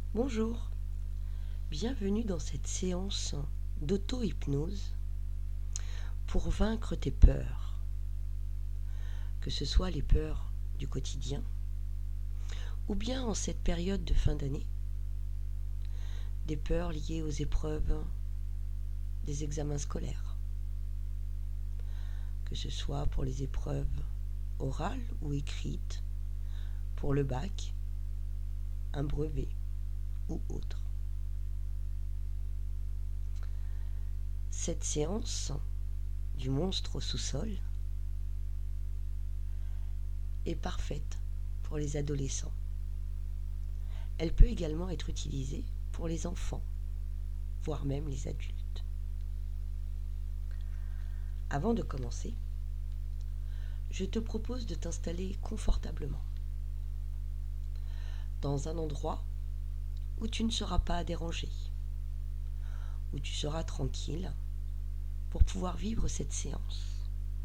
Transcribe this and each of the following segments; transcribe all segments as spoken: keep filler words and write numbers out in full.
Bonjour, bienvenue dans cette séance d'auto-hypnose pour vaincre tes peurs, que ce soit les peurs du quotidien ou bien en cette période de fin d'année, des peurs liées aux épreuves des examens scolaires, que ce soit pour les épreuves orales ou écrites, pour le bac, un brevet ou autre. Cette séance du monstre au sous-sol est parfaite pour les adolescents. Elle peut également être utilisée pour les enfants, voire même les adultes. Avant de commencer, je te propose de t'installer confortablement dans un endroit où tu ne seras pas dérangé, où tu seras tranquille pour pouvoir vivre cette séance.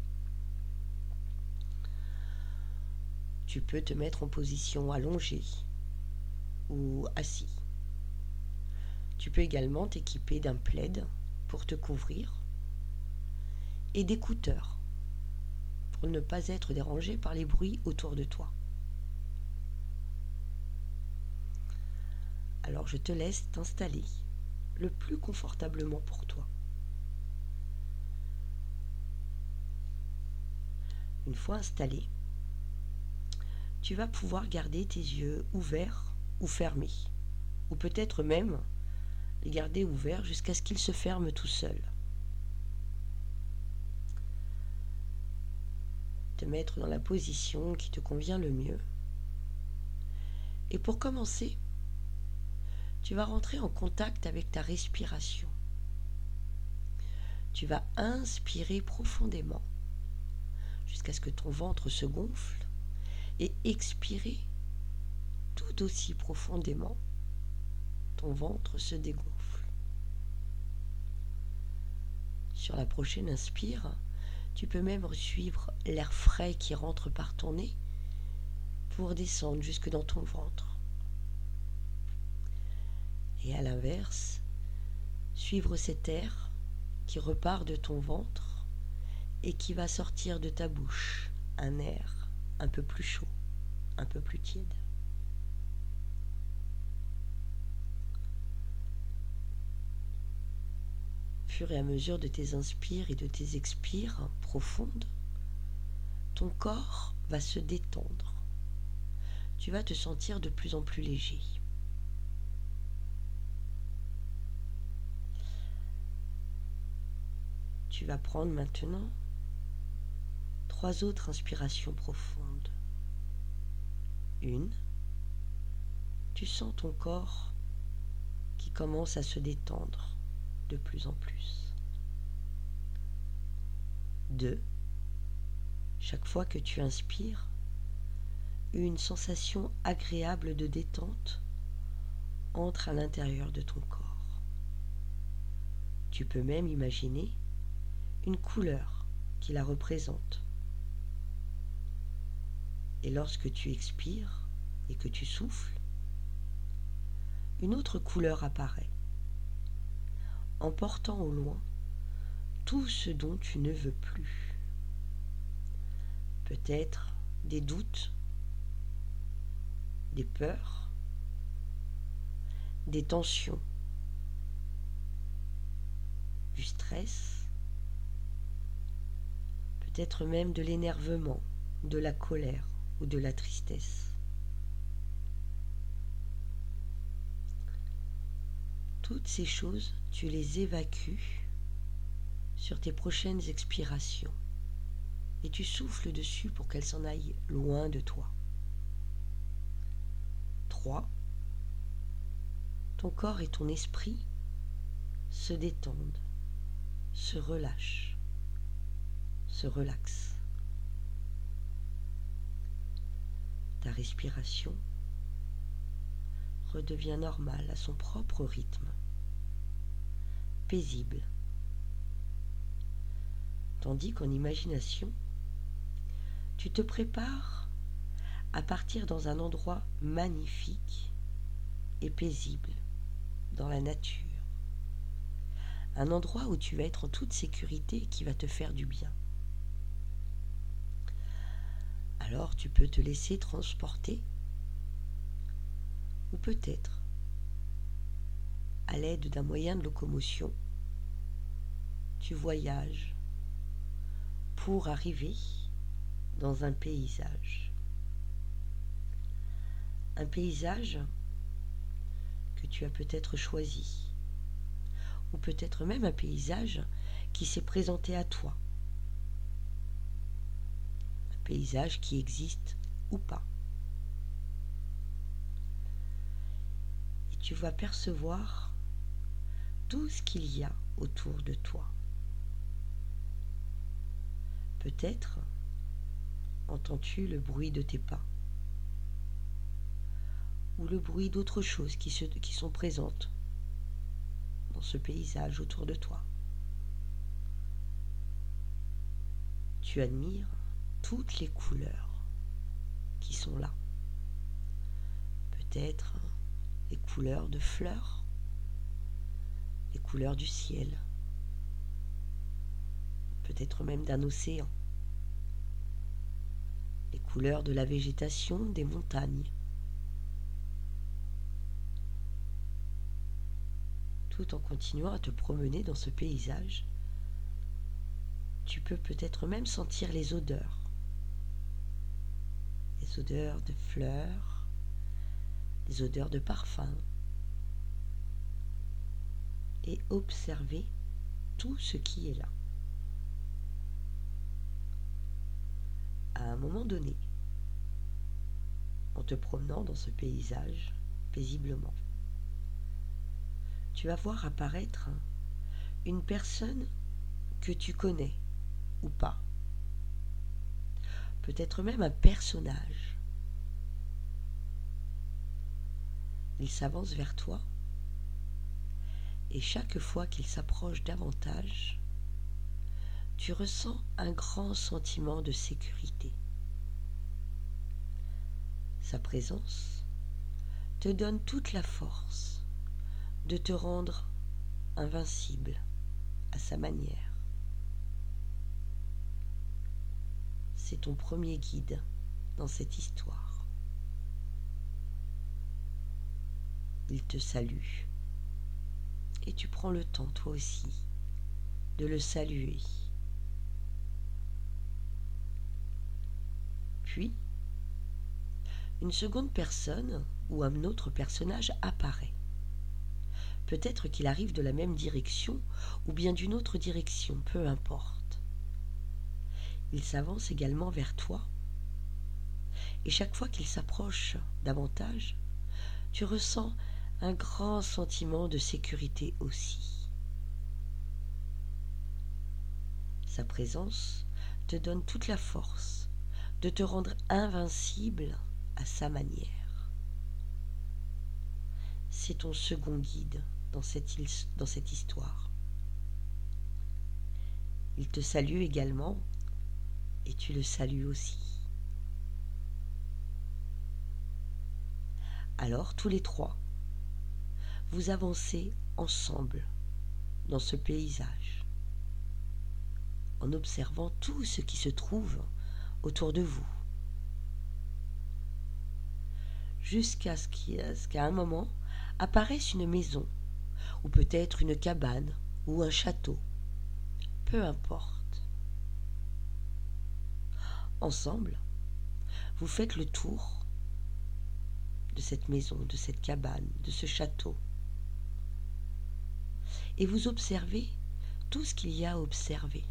Tu peux te mettre en position allongée ou assis. Tu peux également t'équiper d'un plaid pour te couvrir et d'écouteurs pour ne pas être dérangé par les bruits autour de toi. Alors je te laisse t'installer le plus confortablement pour toi. Une fois installé, tu vas pouvoir garder tes yeux ouverts ou fermés, ou peut-être même les garder ouverts jusqu'à ce qu'ils se ferment tout seuls. Te mettre dans la position qui te convient le mieux. Et pour commencer, tu vas rentrer en contact avec ta respiration. Tu vas inspirer profondément jusqu'à ce que ton ventre se gonfle et expirer tout aussi profondément, ton ventre se dégonfle. Sur la prochaine inspire, tu peux même suivre l'air frais qui rentre par ton nez pour descendre jusque dans ton ventre. Et à l'inverse, suivre cet air qui repart de ton ventre et qui va sortir de ta bouche, un air un peu plus chaud, un peu plus tiède. Au fur et à mesure de tes inspires et de tes expires profondes, ton corps va se détendre. Tu vas te sentir de plus en plus léger. Tu vas prendre maintenant trois autres inspirations profondes. Une, tu sens ton corps qui commence à se détendre de plus en plus. Deux, chaque fois que tu inspires, une sensation agréable de détente entre à l'intérieur de ton corps. Tu peux même imaginer une couleur qui la représente. Et lorsque tu expires et que tu souffles, une autre couleur apparaît, emportant au loin tout ce dont tu ne veux plus. Peut-être des doutes, des peurs, des tensions, du stress, peut-être même de l'énervement, de la colère ou de la tristesse. Toutes ces choses, tu les évacues sur tes prochaines expirations et tu souffles dessus pour qu'elles s'en aillent loin de toi. trois. Ton corps et ton esprit se détendent, se relâchent, se relaxent. Ta respiration redevient normale à son propre rythme, paisible. Tandis qu'en imagination, tu te prépares à partir dans un endroit magnifique et paisible dans la nature. Un endroit où tu vas être en toute sécurité et qui va te faire du bien. Alors tu peux te laisser transporter, ou peut-être, à l'aide d'un moyen de locomotion, tu voyages pour arriver dans un paysage. Un paysage que tu as peut-être choisi, ou peut-être même un paysage qui s'est présenté à toi. Un paysage qui existe ou pas. Et tu vas percevoir tout ce qu'il y a autour de toi. Peut-être entends-tu le bruit de tes pas, ou le bruit d'autres choses qui, se, qui sont présentes dans ce paysage autour de toi. Tu admires toutes les couleurs qui sont là. Peut-être les couleurs de fleurs, les couleurs du ciel, peut-être même d'un océan, les couleurs de la végétation des montagnes. Tout en continuant à te promener dans ce paysage, tu peux peut-être même sentir les odeurs. Les odeurs de fleurs, les odeurs de parfums, et observer tout ce qui est là. À un moment donné, en te promenant dans ce paysage paisiblement, tu vas voir apparaître une personne que tu connais ou pas. Peut-être même un personnage. Il s'avance vers toi et chaque fois qu'il s'approche davantage, tu ressens un grand sentiment de sécurité. Sa présence te donne toute la force de te rendre invincible à sa manière. C'est ton premier guide dans cette histoire. Il te salue et tu prends le temps toi aussi de le saluer. Puis, une seconde personne ou un autre personnage apparaît. Peut-être qu'il arrive de la même direction ou bien d'une autre direction, peu importe. Il s'avance également vers toi et chaque fois qu'il s'approche davantage, tu ressens un grand sentiment de sécurité aussi. Sa présence te donne toute la force de te rendre invincible à sa manière. C'est ton second guide dans cette, dans cette histoire. Il te salue également et tu le salues aussi. Alors tous les trois, vous avancez ensemble dans ce paysage, en observant tout ce qui se trouve autour de vous, jusqu'à ce qu'à un moment apparaisse une maison, ou peut-être une cabane, ou un château, peu importe. Ensemble, vous faites le tour de cette maison, de cette cabane, de ce château, et vous observez tout ce qu'il y a à observer.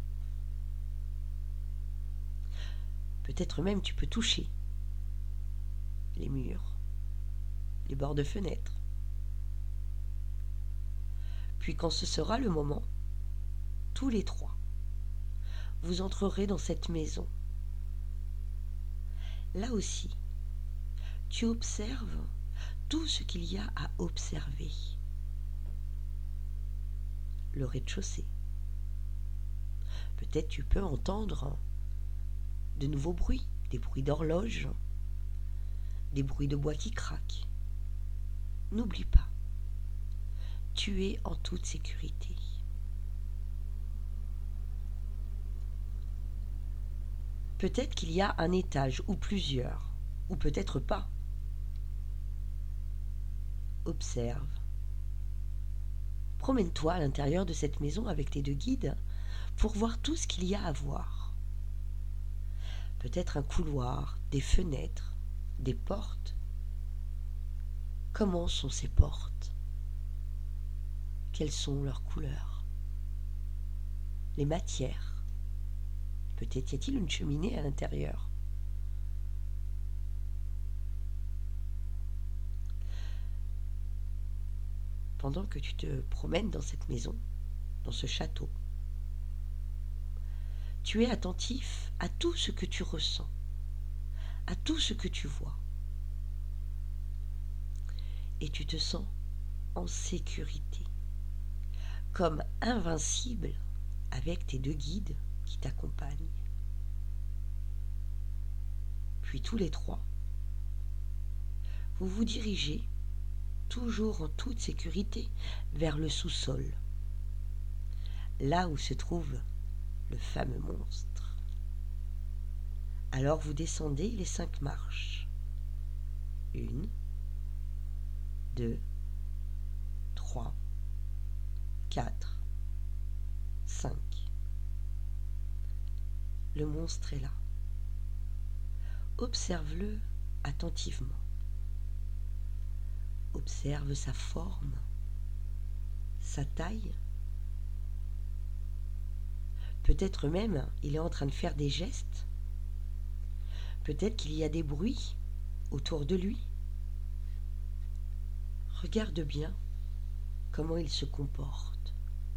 Peut-être même tu peux toucher les murs, les bords de fenêtres. Puis quand ce sera le moment, tous les trois, vous entrerez dans cette maison. Là aussi, tu observes tout ce qu'il y a à observer. Le rez-de-chaussée. Peut-être tu peux entendre de nouveaux bruits, des bruits d'horloge, des bruits de bois qui craquent. n'oublie pas, tu es en toute sécurité. Peut-être qu'il y a un étage ou plusieurs, ou peut-être pas. Observe. Promène-toi à l'intérieur de cette maison avec tes deux guides pour voir tout ce qu'il y a à voir. Peut-être un couloir, des fenêtres, des portes. Comment sont ces portes? Quelles sont leurs couleurs? Les matières? Peut-être y a-t-il une cheminée à l'intérieur? Pendant que tu te promènes dans cette maison, dans ce château, tu es attentif à tout ce que tu ressens, à tout ce que tu vois. Et tu te sens en sécurité, comme invincible avec tes deux guides qui t'accompagnent. Puis tous les trois, vous vous dirigez, toujours en toute sécurité, vers le sous-sol, là où se trouve le fameux monstre. Alors vous descendez les cinq marches. Une, deux, trois, quatre, cinq. Le monstre est là. Observe-le attentivement. Observe sa forme, sa taille. Peut-être même il est en train de faire des gestes. Peut-être qu'il y a des bruits autour de lui. Regarde bien comment il se comporte.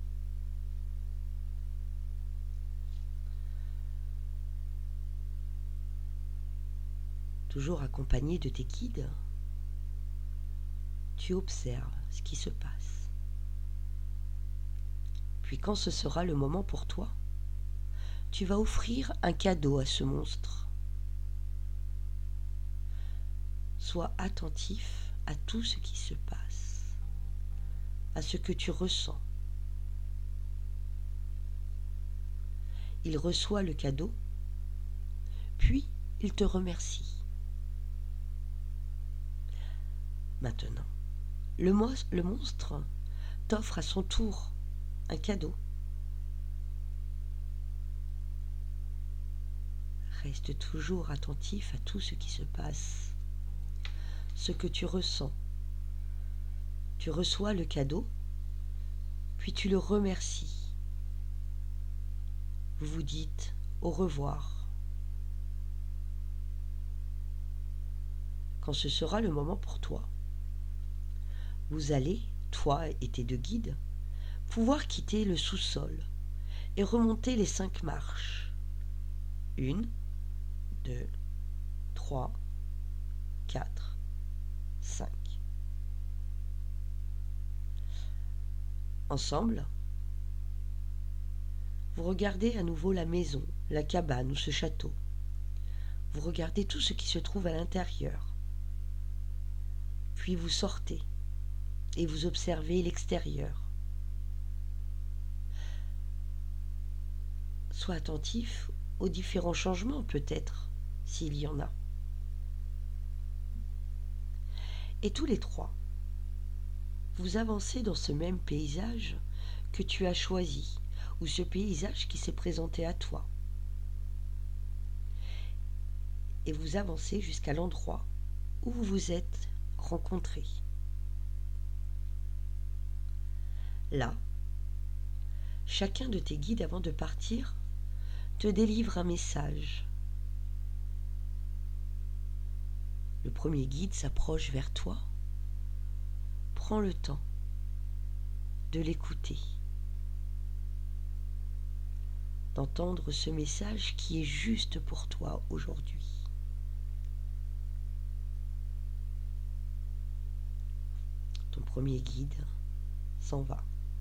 Toujours accompagné de tes guides, tu observes ce qui se passe. Puis quand ce sera le moment pour toi, tu vas offrir un cadeau à ce monstre. Sois attentif à tout ce qui se passe, à ce que tu ressens. Il reçoit le cadeau, puis il te remercie. Maintenant, le, mo- le monstre t'offre à son tour un cadeau. Reste toujours attentif à tout ce qui se passe, ce que tu ressens. Tu reçois le cadeau, puis tu le remercies. Vous vous dites au revoir. Quand ce sera le moment pour toi, vous allez, toi et tes deux guides, pouvoir quitter le sous-sol et remonter les cinq marches. Une, deux, trois, quatre, cinq. Ensemble, vous regardez à nouveau la maison, la cabane ou ce château. Vous regardez tout ce qui se trouve à l'intérieur. Puis vous sortez et vous observez l'extérieur. Sois attentif aux différents changements peut-être, s'il y en a. Et tous les trois, vous avancez dans ce même paysage que tu as choisi, ou ce paysage qui s'est présenté à toi. Et vous avancez jusqu'à l'endroit où vous vous êtes rencontrés. Là, chacun de tes guides avant de partir te délivre un message. Le premier guide s'approche vers toi. Prends le temps de l'écouter, d'entendre ce message qui est juste pour toi aujourd'hui. Ton premier guide s'en va.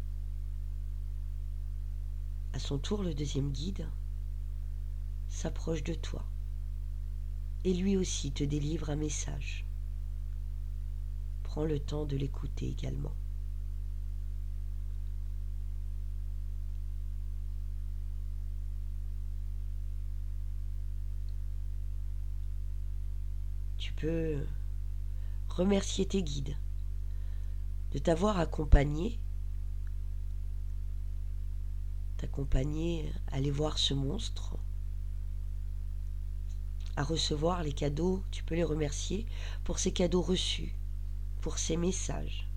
À son tour, le deuxième guide s'approche de toi et lui aussi te délivre un message. Prends le temps de l'écouter également. Tu peux remercier tes guides de t'avoir accompagné, t'accompagner à aller voir ce monstre, à recevoir les cadeaux. Tu peux les remercier pour ces cadeaux reçus, pour ces messages.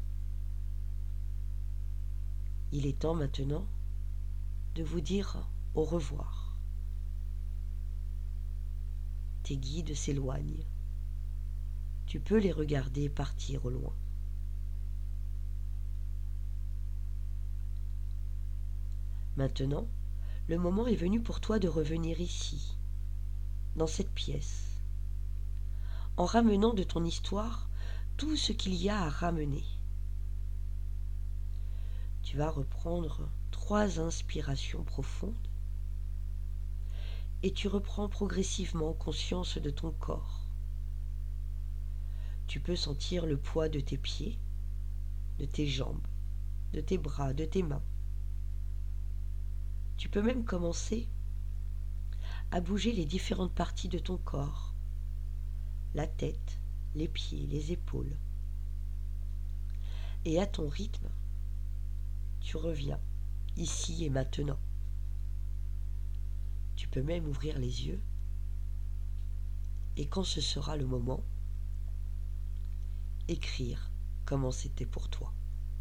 Il est temps maintenant de vous dire au revoir. Tes guides s'éloignent. Tu peux les regarder partir au loin. Maintenant, le moment est venu pour toi de revenir ici, dans cette pièce, en ramenant de ton histoire tout ce qu'il y a à ramener. Tu vas reprendre trois inspirations profondes et tu reprends progressivement conscience de ton corps. Tu peux sentir le poids de tes pieds, de tes jambes, de tes bras, de tes mains. Tu peux même commencer à bouger les différentes parties de ton corps, la tête, les pieds, les épaules. Et à ton rythme, tu reviens ici et maintenant. Tu peux même ouvrir les yeux et quand ce sera le moment, écrire comment c'était pour toi.